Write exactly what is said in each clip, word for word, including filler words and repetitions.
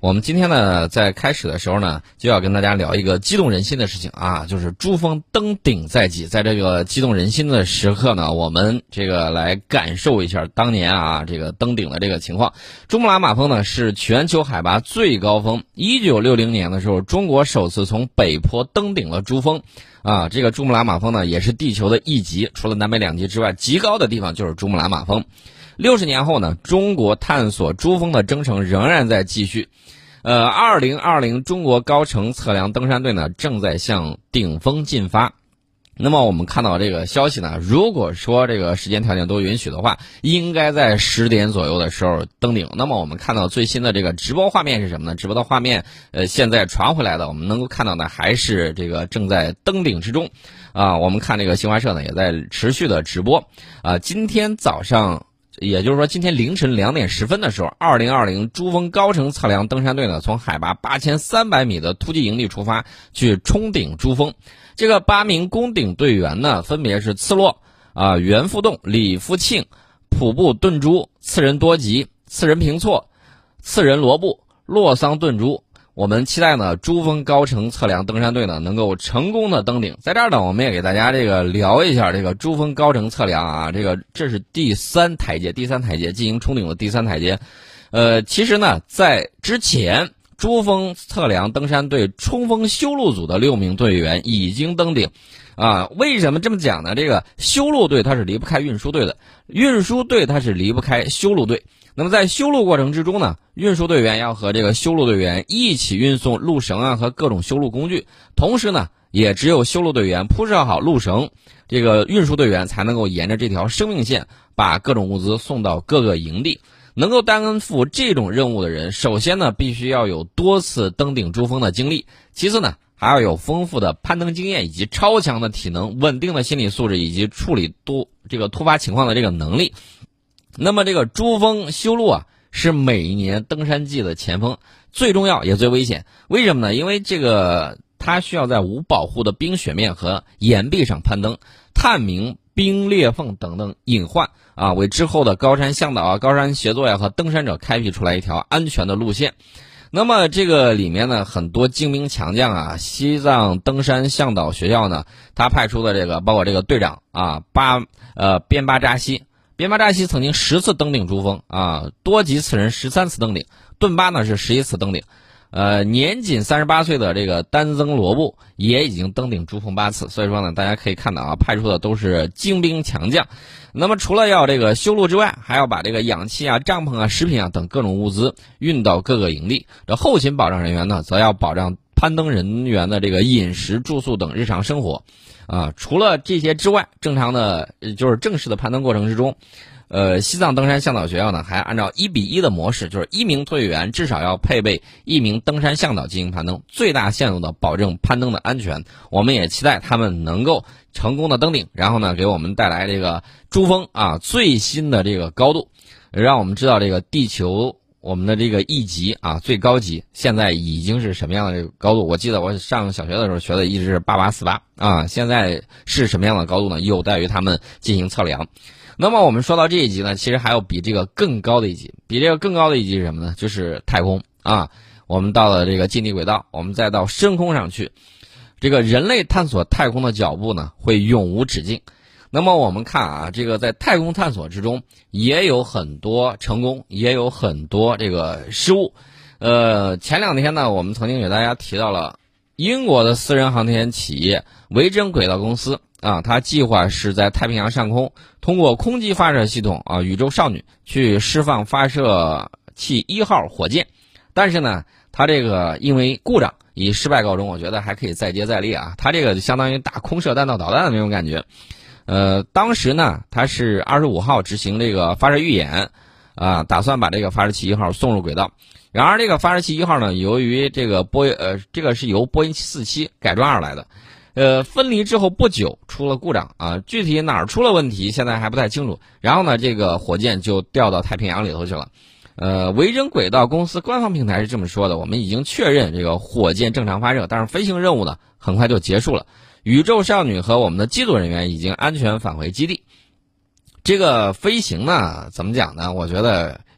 我们今天呢，在开始的时候呢，就要跟大家聊一个激动人心的事情啊，就是珠峰登顶在即。在这个激动人心的时刻呢，我们这个来感受一下当年啊这个登顶的这个情况。珠穆朗玛峰呢是全球海拔最高峰，一九六零年的时候，中国首次从北坡登顶了珠峰。啊，这个珠穆朗玛峰呢也是地球的一极，除了南北两极之外，极高的地方就是珠穆朗玛峰。六十年后呢，中国探索珠峰的征程仍然在继续。呃，二零二零中国高程测量登山队呢正在向顶峰进发。那么我们看到这个消息呢，如果说这个时间条件都允许的话，应该在十点左右的时候登顶。那么我们看到最新的这个直播画面是什么呢？直播的画面，呃，现在传回来的，我们能够看到的还是这个正在登顶之中。啊，我们看这个新华社呢也在持续的直播。啊，今天早上，也就是说今天凌晨两点十分的时候，二零二零珠峰高程测量登山队呢从海拔八千三百米的突击营地出发，去冲顶珠峰。这个八名攻顶队员呢，分别是次洛、啊袁复栋、李富庆、普布顿珠、次仁多吉、次仁平措、次仁罗布、洛桑顿珠。我们期待呢，珠峰高程测量登山队呢能够成功的登顶。在这儿呢，我们也给大家这个聊一下这个珠峰高程测量啊，这个这是第三台阶，第三台阶进行冲顶的第三台阶。呃，其实呢，在之前，珠峰测量登山队冲锋修路组的六名队员已经登顶。啊，为什么这么讲呢？这个修路队它是离不开运输队的，运输队它是离不开修路队。那么在修路过程之中呢，运输队员要和这个修路队员一起运送路绳啊和各种修路工具，同时呢，也只有修路队员铺设好路绳，这个运输队员才能够沿着这条生命线把各种物资送到各个营地。能够担负这种任务的人，首先呢，必须要有多次登顶珠峰的经历，其次呢，还要有丰富的攀登经验，以及超强的体能、稳定的心理素质，以及处理多这个突发情况的这个能力。那么这个珠峰修路啊，是每一年登山季的前锋，最重要也最危险。为什么呢？因为这个它需要在无保护的冰雪面和岩壁上攀登，探明冰裂缝等等隐患啊，为之后的高山向导啊、高山协作呀和登山者开辟出来一条安全的路线。那么这个里面呢，很多精兵强将啊，西藏登山向导学校呢，他派出的这个包括这个队长啊，巴呃边巴扎西，边巴扎西曾经十次登顶珠峰啊，多吉次仁十三次登顶，顿巴呢是十一次登顶。呃，年仅三十八岁的这个丹增罗布也已经登顶珠峰八次，所以说呢，大家可以看到啊，派出的都是精兵强将。那么除了要这个修路之外，还要把这个氧气啊、帐篷啊、食品啊等各种物资运到各个营地。这后勤保障人员呢，则要保障攀登人员的这个饮食、住宿等日常生活。啊，除了这些之外，正常的就是正式的攀登过程之中。呃，西藏登山向导学校呢，还按照一比一的模式，就是一名队员至少要配备一名登山向导进行攀登，最大限度的保证攀登的安全。我们也期待他们能够成功的登顶，然后呢，给我们带来这个珠峰啊最新的这个高度，让我们知道这个地球我们的这个一级啊最高级现在已经是什么样的这个高度。我记得我上小学的时候学的一直是八八四八啊，现在是什么样的高度呢？有待于他们进行测量。那么我们说到这一级呢，其实还有比这个更高的一级，比这个更高的一级是什么呢？就是太空啊。我们到了这个近地轨道，我们再到深空上去，这个人类探索太空的脚步呢，会永无止境。那么我们看啊，这个在太空探索之中，也有很多成功，也有很多这个失误。呃，前两天呢，我们曾经给大家提到了英国的私人航天企业维珍轨道公司。啊，它计划是在太平洋上空通过空基发射系统啊，宇宙少女去释放发射器一号火箭，但是呢，它这个因为故障以失败告终。我觉得还可以再接再厉啊，它这个相当于打空射弹道导弹的那种感觉。呃，当时呢，它是二十五号执行这个发射预演，啊，打算把这个发射器一号送入轨道。然而，这个发射器一号呢，由于这个波呃，这个是由波音七四七改装而来的。呃，分离之后不久出了故障啊，具体哪儿出了问题现在还不太清楚。然后呢，这个火箭就掉到太平洋里头去了。呃，维珍轨道公司官方平台是这么说的：我们已经确认这个火箭正常发射，但是飞行任务呢很快就结束了。宇宙少女和我们的机组人员已经安全返回基地。这个飞行呢，怎么讲呢？我觉得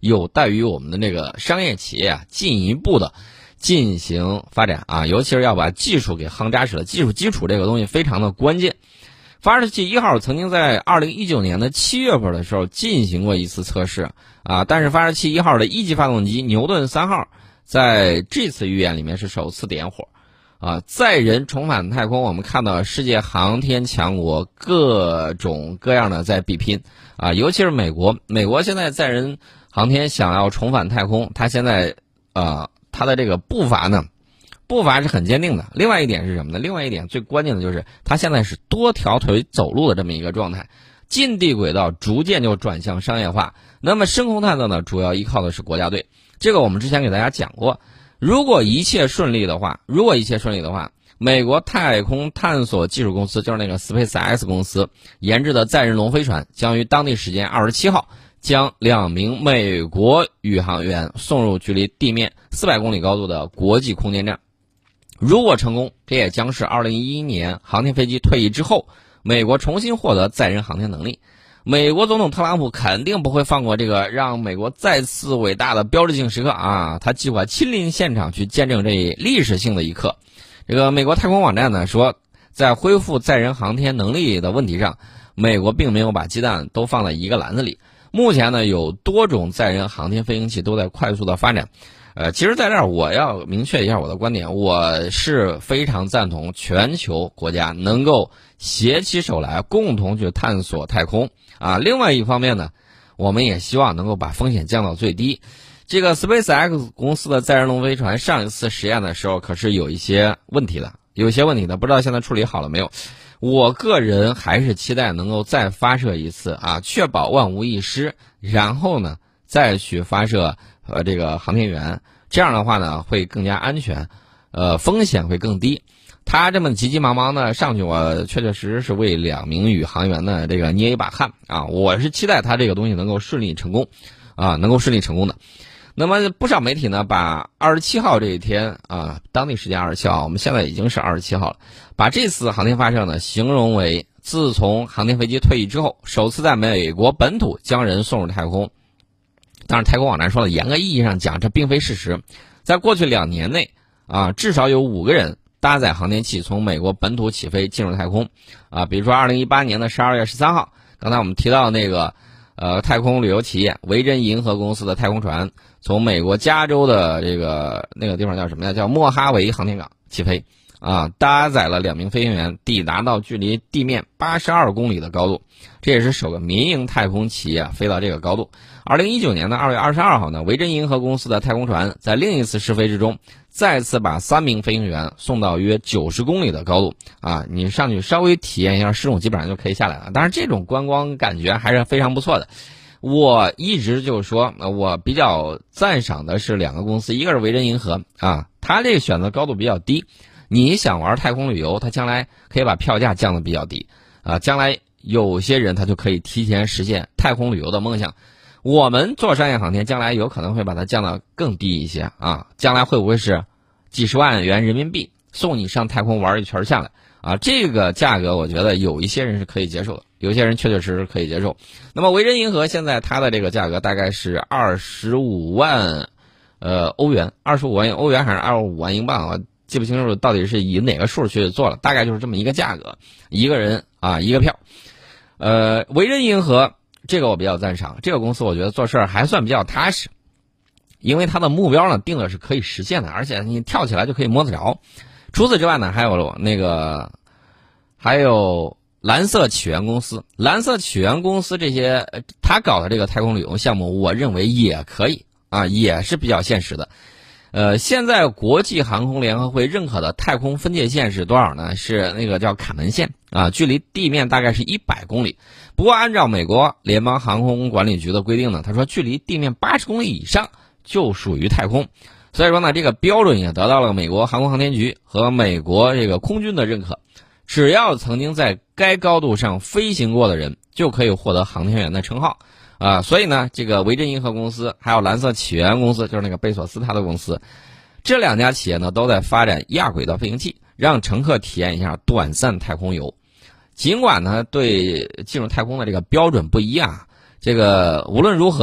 有待于我们的这个商业企业啊进一步的进行发展啊，尤其是要把技术给夯扎实了，技术基础这个东西非常的关键。发射器一号曾经在二零一九年的七月份的时候进行过一次测试啊，但是发射器一号的一级发动机牛顿三号在这次预演里面是首次点火啊。载人重返太空，我们看到世界航天强国各种各样的在比拼啊，尤其是美国，美国现在载人航天想要重返太空，它现在呃它的这个步伐呢步伐是很坚定的。另外一点是什么呢？另外一点最关键的就是它现在是多条腿走路的这么一个状态，近地轨道逐渐就转向商业化。那么深空探测呢，主要依靠的是国家队。这个我们之前给大家讲过，如果一切顺利的话，如果一切顺利的话，美国太空探索技术公司，就是那个 SpaceX 公司研制的载人龙飞船，将于当地时间二十七号将两名美国宇航员送入距离地面四百公里高度的国际空间站。如果成功，这也将是二零一一年航天飞机退役之后，美国重新获得载人航天能力。美国总统特朗普肯定不会放过这个让美国再次伟大的标志性时刻啊！他计划亲临现场去见证这一历史性的一刻。这个美国太空网站呢说，在恢复载人航天能力的问题上，美国并没有把鸡蛋都放在一个篮子里。目前呢，有多种载人航天飞行器都在快速的发展。呃，其实在这儿我要明确一下我的观点，我是非常赞同全球国家能够携起手来共同去探索太空啊。另外一方面呢，我们也希望能够把风险降到最低。这个 SpaceX 公司的载人龙飞船上一次实验的时候可是有一些问题的，有一些问题的，不知道现在处理好了没有。我个人还是期待能够再发射一次啊，确保万无一失，然后呢再去发射呃这个航天员，这样的话呢会更加安全，呃风险会更低。他这么急急忙忙的上去，我确确实实是为两名宇航员的这个捏一把汗啊！我是期待他这个东西能够顺利成功，啊，能够顺利成功的。那么不少媒体呢，把二十七号这一天啊，当地时间二十七号，我们现在已经是二十七号了，把这次航天发射呢形容为自从航天飞机退役之后，首次在美国本土将人送入太空。当然，太空网站说了，严格意义上讲，这并非事实。在过去两年内啊，至少有五个人搭载航天器从美国本土起飞进入太空啊，比如说二零一八年的十二月十三号，刚才我们提到那个呃太空旅游企业维珍银河公司的太空船从美国加州的这个那个地方叫什么呀？叫莫哈维航天港起飞啊，搭载了两名飞行员，抵达到距离地面八十二公里的高度，这也是首个民营太空企业飞到这个高度。二零一九年的二月二十二号呢，维珍银河公司的太空船在另一次试飞之中，再次把三名飞行员送到约九十公里的高度啊，你上去稍微体验一下失重，基本上就可以下来了。当然，这种观光感觉还是非常不错的。我一直就是说，我比较赞赏的是两个公司，一个是维珍银河啊，它这个选择高度比较低。你想玩太空旅游，它将来可以把票价降得比较低啊，将来有些人他就可以提前实现太空旅游的梦想。我们做商业航天，将来有可能会把它降到更低一些啊，将来会不会是几十万元人民币送你上太空玩一圈下来啊？这个价格我觉得有一些人是可以接受的，有些人确确实实可以接受。那么维珍银河现在它的这个价格大概是二十五万呃欧元，二十五万欧元还是二十五万英镑啊？记不清楚到底是以哪个数去做了，大概就是这么一个价格，一个人啊一个票。呃，维珍银河这个我比较赞赏，这个公司我觉得做事儿还算比较踏实，因为它的目标呢定的是可以实现的，而且你跳起来就可以摸得着。除此之外呢，还有那个还有蓝色起源公司，蓝色起源公司这些他搞的这个太空旅游项目，我认为也可以啊，也是比较现实的。呃，现在国际航空联合会认可的太空分界线是多少呢？是那个叫卡门线啊，距离地面大概是一百公里。不过按照美国联邦航空管理局的规定呢，他说距离地面八十公里以上就属于太空。所以说呢，这个标准也得到了美国航空航天局和美国这个空军的认可。只要曾经在该高度上飞行过的人，就可以获得航天员的称号。啊，所以呢，这个维珍银河公司还有蓝色起源公司，就是那个贝索斯他的公司，这两家企业呢都在发展亚轨道飞行器，让乘客体验一下短暂太空游。尽管呢对进入太空的这个标准不一样，这个无论如何，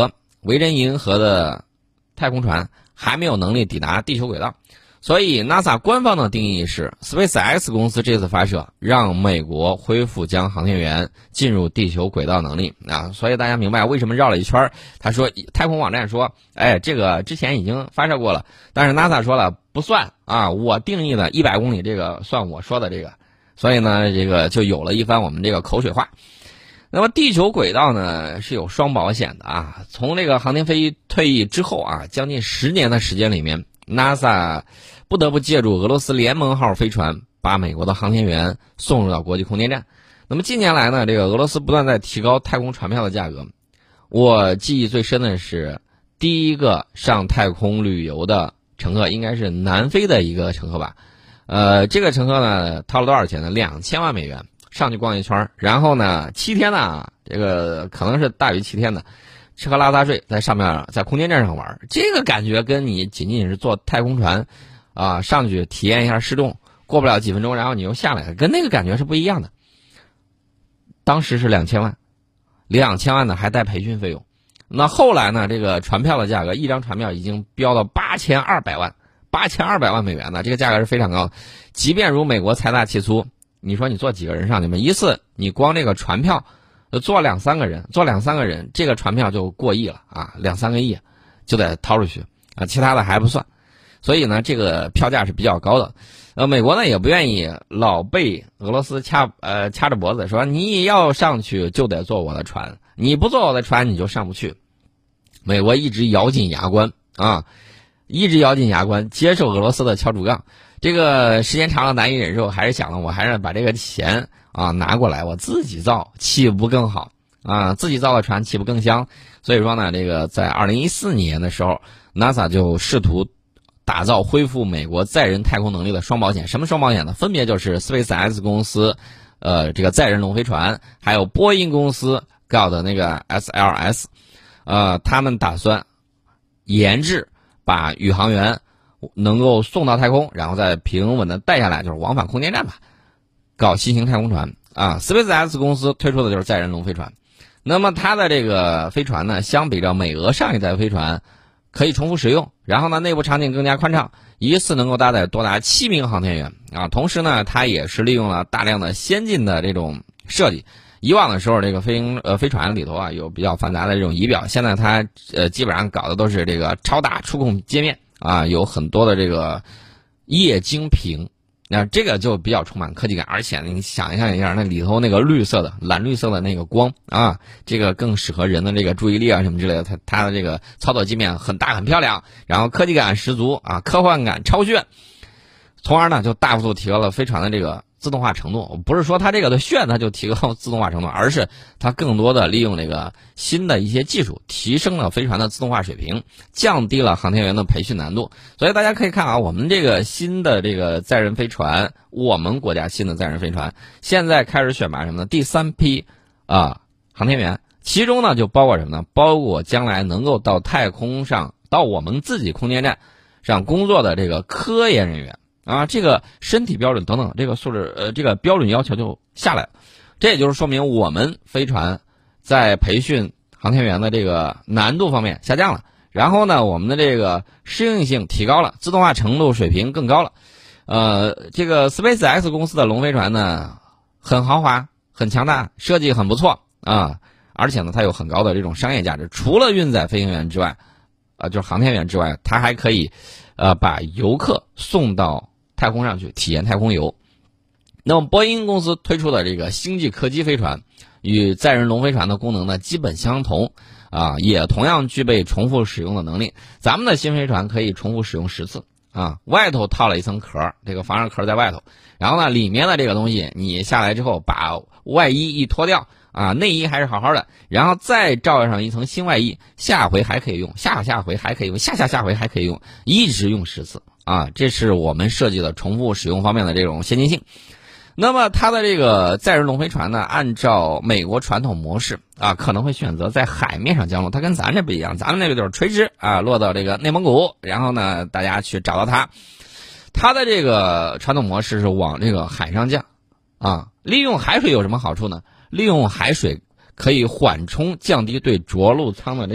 维珍银河的太空船还没有能力抵达地球轨道。所以 NASA 官方的定义是 SpaceX 公司这次发射让美国恢复将航天员进入地球轨道能力啊，所以大家明白为什么绕了一圈。他说太空网站说，哎，这个之前已经发射过了，但是 NASA 说了不算啊，我定义的一百公里这个算我说的这个，所以呢，这个就有了一番我们这个口水话。那么地球轨道呢是有双保险的啊，从这个航天飞退役之后啊，将近十年的时间里面 ，NASA 不得不借助俄罗斯联盟号飞船把美国的航天员送入到国际空间站。那么近年来呢，这个俄罗斯不断在提高太空船票的价格。我记忆最深的是第一个上太空旅游的乘客应该是南非的一个乘客吧，呃，这个乘客呢掏了多少钱呢？两千万美元上去逛一圈，然后呢七天呢，这个可能是大于七天的。吃喝拉撒睡在上面，在空间站上玩，这个感觉跟你仅仅是坐太空船啊、呃、上去体验一下失重，过不了几分钟然后你又下来，跟那个感觉是不一样的。当时是两千万，两千万呢还带培训费用。那后来呢，这个船票的价格，一张船票已经飙到八千二百万，八千二百万美元呢，这个价格是非常高的。即便如美国财大气粗，你说你坐几个人上去吗？一次你光这个船票坐两三个人，坐两三个人，这个船票就过亿了啊，两三个亿就得掏出去啊，其他的还不算。所以呢，这个票价是比较高的。呃，美国呢也不愿意老被俄罗斯掐呃掐着脖子说你要上去就得坐我的船，你不坐我的船你就上不去。美国一直咬紧牙关啊，一直咬紧牙关接受俄罗斯的敲竹杠。这个时间长了难以忍受，还是想了，我还是把这个钱啊拿过来，我自己造，岂不更好啊？自己造的船岂不更香？所以说呢，这个在二零一四年的时候 ，NASA 就试图打造恢复美国载人太空能力的双保险。什么双保险呢？分别就是 SpaceX 公司，呃，这个载人龙飞船，还有波音公司搞的那个 S L S， 呃，他们打算研制把宇航员能够送到太空，然后再平稳的带下来，就是往返空间站吧，搞新型太空船啊。SpaceX 公司推出的就是载人龙飞船，那么它的这个飞船呢，相比较美俄上一代飞船，可以重复使用，然后呢，内部场景更加宽敞，一次能够搭载多达七名航天员啊。同时呢，它也是利用了大量的先进的这种设计。以往的时候，这个飞行呃飞船里头啊有比较繁杂的这种仪表，现在它呃基本上搞的都是这个超大触控界面。啊，有很多的这个液晶屏，那这个就比较充满科技感，而且你想象一下，那里头那个绿色的、蓝绿色的那个光啊，这个更适合人的这个注意力啊什么之类的。它它的这个操作界面很大很漂亮，然后科技感十足啊，科幻感超炫，从而呢就大幅度提高了飞船的这个自动化程度。不是说它这个的炫它就提高自动化程度，而是它更多的利用这个新的一些技术，提升了飞船的自动化水平，降低了航天员的培训难度。所以大家可以看啊，我们这个新的这个载人飞船，我们国家新的载人飞船现在开始选拔什么呢？第三批啊航天员，其中呢就包括什么呢？包括将来能够到太空上，到我们自己空间站上工作的这个科研人员。啊，这个身体标准等等，这个素质呃，这个标准要求就下来了。这也就是说明我们飞船在培训航天员的这个难度方面下降了，然后呢，我们的这个适应性提高了，自动化程度水平更高了。呃，这个 SpaceX 公司的龙飞船呢，很豪华、很强大，设计很不错啊，而且呢，它有很高的这种商业价值。除了运载飞行员之外，啊、呃，就是航天员之外，它还可以呃把游客送到太空上去体验太空游。那么波音公司推出的这个星际客机飞船与载人龙飞船的功能呢基本相同啊，也同样具备重复使用的能力。咱们的新飞船可以重复使用十次啊，外头套了一层壳，这个防晒壳在外头，然后呢里面的这个东西你下来之后把外衣一脱掉啊，内衣还是好好的，然后再罩上一层新外衣，下回还可以用，下下回还可以用，下下下回还可以用，一直用十次啊，这是我们设计的重复使用方面的这种先进性。那么它的这个载人龙飞船呢，按照美国传统模式啊，可能会选择在海面上降落，它跟咱这不一样，咱们那个就是垂直啊，落到这个内蒙古，然后呢大家去找到它。它的这个传统模式是往这个海上降啊，利用海水有什么好处呢？利用海水可以缓冲降低对着陆舱的这个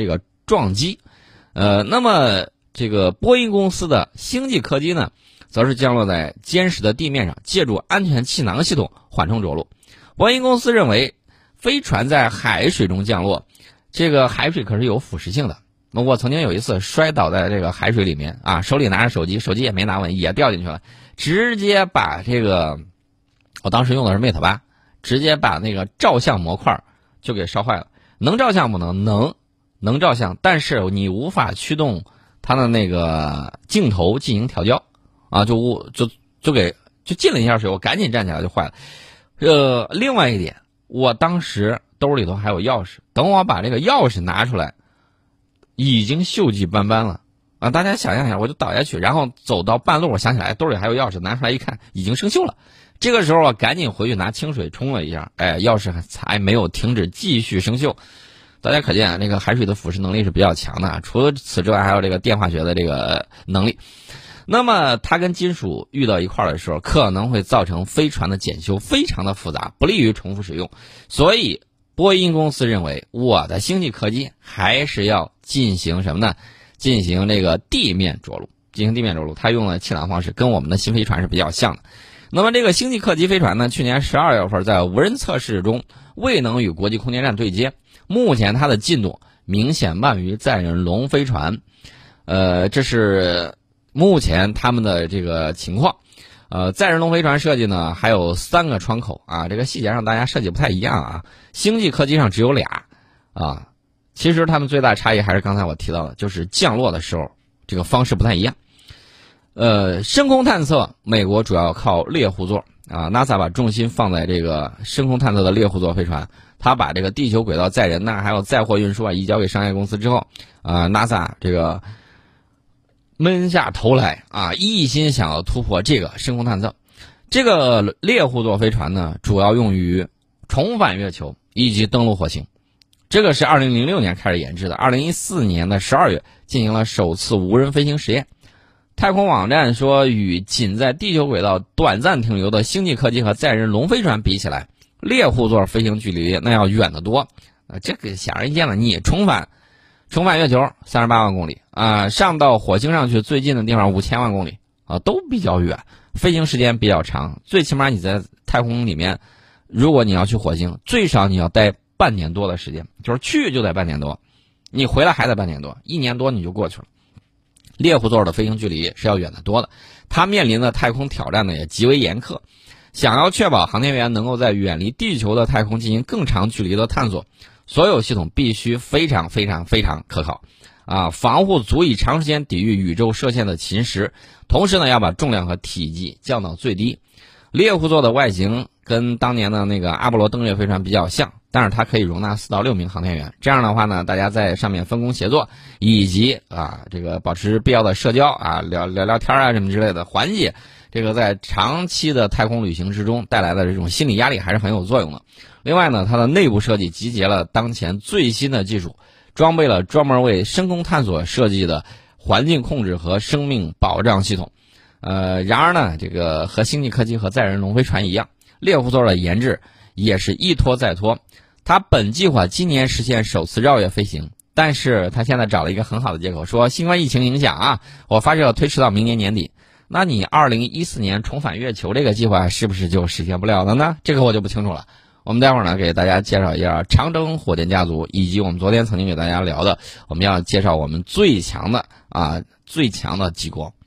撞击。呃，那么这个波音公司的星际客机呢，则是降落在坚实的地面上，借助安全气囊系统缓冲着陆。波音公司认为，飞船在海水中降落，这个海水可是有腐蚀性的。我曾经有一次摔倒在这个海水里面啊，手里拿着手机，手机也没拿稳，也掉进去了，直接把这个，我当时用的是 Mate 八，直接把那个照相模块就给烧坏了。能照相不能？能，能照相，但是你无法驱动它的那个镜头进行调焦啊，就就就给就进了一下水，我赶紧站起来就坏了。呃，另外一点，我当时兜里头还有钥匙，等我把这个钥匙拿出来，已经锈迹斑斑了啊！大家想象一下，我就倒下去，然后走到半路，我想起来兜里还有钥匙，拿出来一看，已经生锈了。这个时候我赶紧回去拿清水冲了一下，哎，钥匙才没有停止，继续生锈。大家可见啊，这个海水的腐蚀能力是比较强的，除了此之外，还有这个电化学的这个能力。那么它跟金属遇到一块儿的时候，可能会造成飞船的检修非常的复杂，不利于重复使用。所以波音公司认为，我的星际客机还是要进行什么呢？进行这个地面着陆，进行地面着陆。它用了气囊方式，跟我们的新飞船是比较像的。那么这个星际客机飞船呢，去年十二月份在无人测试中未能与国际空间站对接，目前它的进度明显慢于载人龙飞船。呃，这是目前他们的这个情况。呃，载人龙飞船设计呢还有三个窗口啊，这个细节上大家设计不太一样啊。星际客机上只有俩啊，其实他们最大差异还是刚才我提到的，就是降落的时候这个方式不太一样。呃，深空探测，美国主要靠猎户座啊 ，NASA 把重心放在这个深空探测的猎户座飞船，它把这个地球轨道载人呐，还有载货运输啊移交给商业公司之后，啊 ，NASA 这个闷下头来啊，一心想要突破这个深空探测。这个猎户座飞船呢，主要用于重返月球以及登陆火星。这个是二零零六年开始研制的，二零一四年的十二月进行了首次无人飞行实验。太空网站说，与仅在地球轨道短暂停留的星际客机和载人龙飞船比起来，猎户座飞行距离那要远得多。啊，这个显而易见了，你重返重返月球三十八万公里啊，上到火星上去最近的地方五千万公里啊，都比较远，飞行时间比较长。最起码你在太空里面，如果你要去火星，最少你要待半年多的时间，就是去就得半年多，你回来还得半年多，一年多你就过去了。猎户座的飞行距离是要远得多的，它面临的太空挑战呢也极为严苛。想要确保航天员能够在远离地球的太空进行更长距离的探索，所有系统必须非常非常非常可靠，啊，防护足以长时间抵御宇宙射线的侵蚀，同时呢要把重量和体积降到最低。猎户座的外形跟当年的那个阿波罗登月飞船比较像，但是它可以容纳四到六名航天员。这样的话呢，大家在上面分工协作，以及啊这个保持必要的社交啊，聊聊聊天啊什么之类的，缓解这个在长期的太空旅行之中带来的这种心理压力，还是很有作用的。另外呢，它的内部设计集结了当前最新的技术，装备了专门为深空探索设计的环境控制和生命保障系统。呃，然而呢，这个和星际客机和载人龙飞船一样，猎户座的研制也是一拖再拖。它本计划今年实现首次绕月飞行，但是它现在找了一个很好的借口，说新冠疫情影响啊，我发射推迟到明年年底。那你二零一四年重返月球这个计划是不是就实现不了了呢？这个我就不清楚了。我们待会儿呢给大家介绍一下长征火箭家族，以及我们昨天曾经给大家聊的，我们要介绍我们最强的啊最强的激光。